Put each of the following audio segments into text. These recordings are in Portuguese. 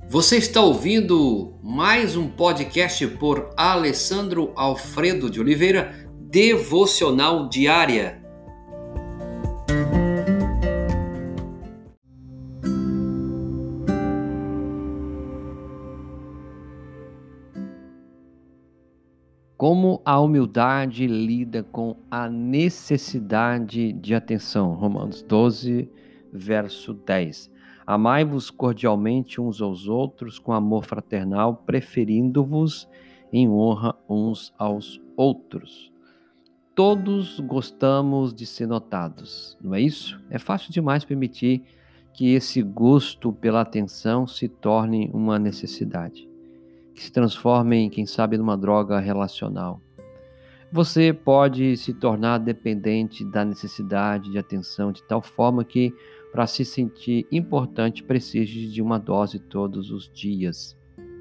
Você está ouvindo mais um podcast por Alessandro Alfredo de Oliveira, Devocional Diária. Como a humildade lida com a necessidade de atenção. Romanos 12, verso 10. Amai-vos cordialmente uns aos outros com amor fraternal, preferindo-vos em honra uns aos outros. Todos gostamos de ser notados, não é isso? É fácil demais permitir que esse gosto pela atenção se torne uma necessidade, que se transforme em, quem sabe, numa droga relacional. Você pode se tornar dependente da necessidade de atenção de tal forma que, para se sentir importante, precise de uma dose todos os dias.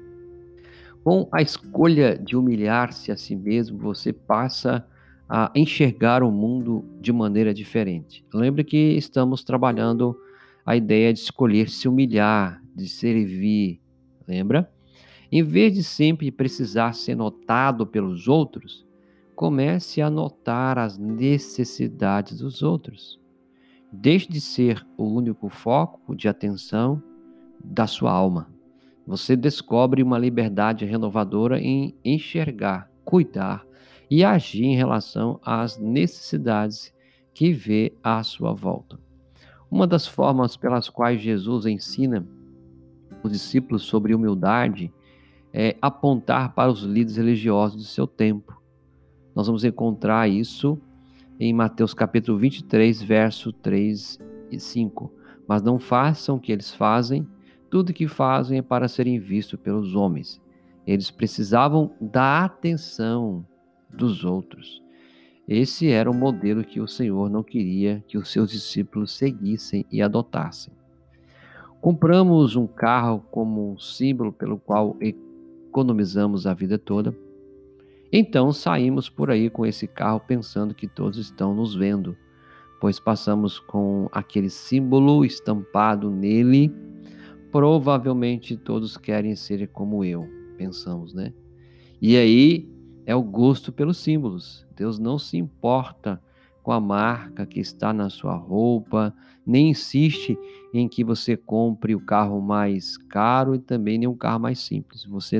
Com a escolha de humilhar-se a si mesmo, você passa a enxergar o mundo de maneira diferente. Lembre que estamos trabalhando a ideia de escolher se humilhar, de servir, lembra? Em vez de sempre precisar ser notado pelos outros, comece a notar as necessidades dos outros. Deixe de ser o único foco de atenção da sua alma. Você descobre uma liberdade renovadora em enxergar, cuidar e agir em relação às necessidades que vê à sua volta. Uma das formas pelas quais Jesus ensina os discípulos sobre humildade é apontar para os líderes religiosos do seu tempo. Nós vamos encontrar isso em Mateus capítulo 23, verso 3 e 5. Mas não façam o que eles fazem, tudo que fazem é para serem vistos pelos homens. Eles precisavam da atenção dos outros. Esse era o modelo que o Senhor não queria que os seus discípulos seguissem e adotassem. Compramos um carro como um símbolo pelo qual economizamos a vida toda. Então saímos por aí com esse carro pensando que todos estão nos vendo, pois passamos com aquele símbolo estampado nele. Provavelmente todos querem ser como eu, pensamos, né? E aí é o gosto pelos símbolos. Deus não se importa com a marca que está na sua roupa, nem insiste em que você compre o carro mais caro e também nem um carro mais simples. Você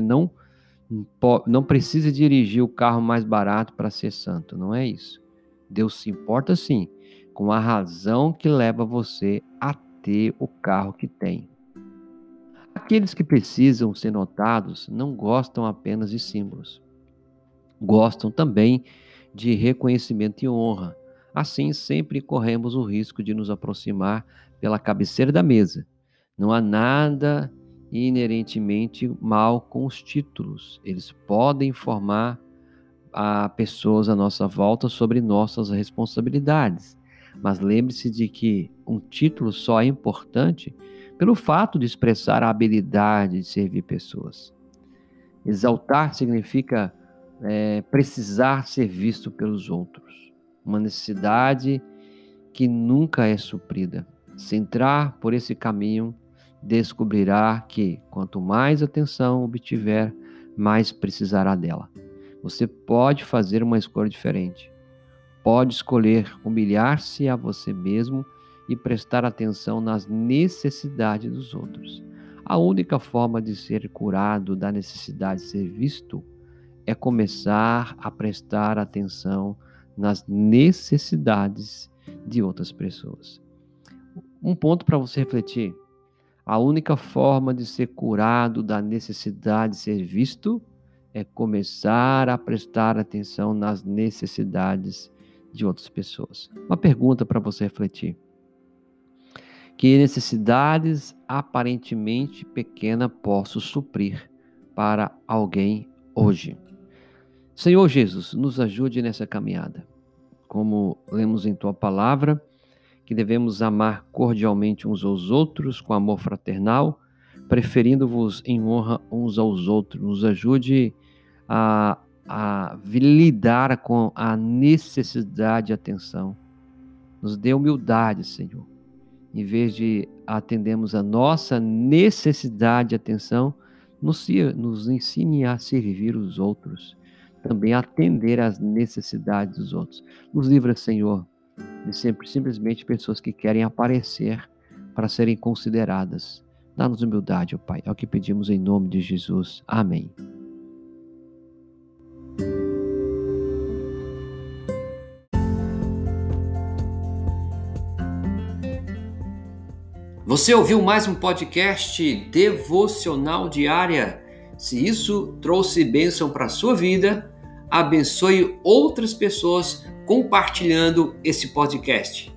não precisa dirigir o carro mais barato para ser santo, não é isso. Deus se importa sim com a razão que leva você a ter o carro que tem. Aqueles que precisam ser notados não gostam apenas de símbolos, gostam também de reconhecimento e honra. Assim, sempre corremos o risco de nos aproximar pela cabeceira da mesa. Não há nada inerentemente mal com os títulos. Eles podem informar a pessoas à nossa volta sobre nossas responsabilidades. Mas lembre-se de que um título só é importante pelo fato de expressar a habilidade de servir pessoas. Exaltar significa precisar ser visto pelos outros. Uma necessidade que nunca é suprida. Se entrar por esse caminho, descobrirá que, quanto mais atenção obtiver, mais precisará dela. Você pode fazer uma escolha diferente. Pode escolher humilhar-se a você mesmo e prestar atenção nas necessidades dos outros. A única forma de ser curado da necessidade de ser visto é começar a prestar atenção nas necessidades de outras pessoas. Um ponto para você refletir: a única forma de ser curado da necessidade de ser visto é começar a prestar atenção nas necessidades de outras pessoas. Uma pergunta para você refletir: que necessidades aparentemente pequenas posso suprir para alguém hoje? Senhor Jesus, nos ajude nessa caminhada. Como lemos em Tua palavra, que devemos amar cordialmente uns aos outros com amor fraternal, preferindo-vos em honra uns aos outros. Nos ajude a lidar com a necessidade de atenção. Nos dê humildade, Senhor, em vez de atendermos a nossa necessidade de atenção, nos ensine a servir os outros, também atender às necessidades dos outros. Nos livra, Senhor, de sempre simplesmente pessoas que querem aparecer para serem consideradas. Dá-nos humildade, ó Pai. É o que pedimos em nome de Jesus. Amém. Você ouviu mais um podcast devocional diária? Se isso trouxe bênção para a sua vida, abençoe outras pessoas compartilhando esse podcast.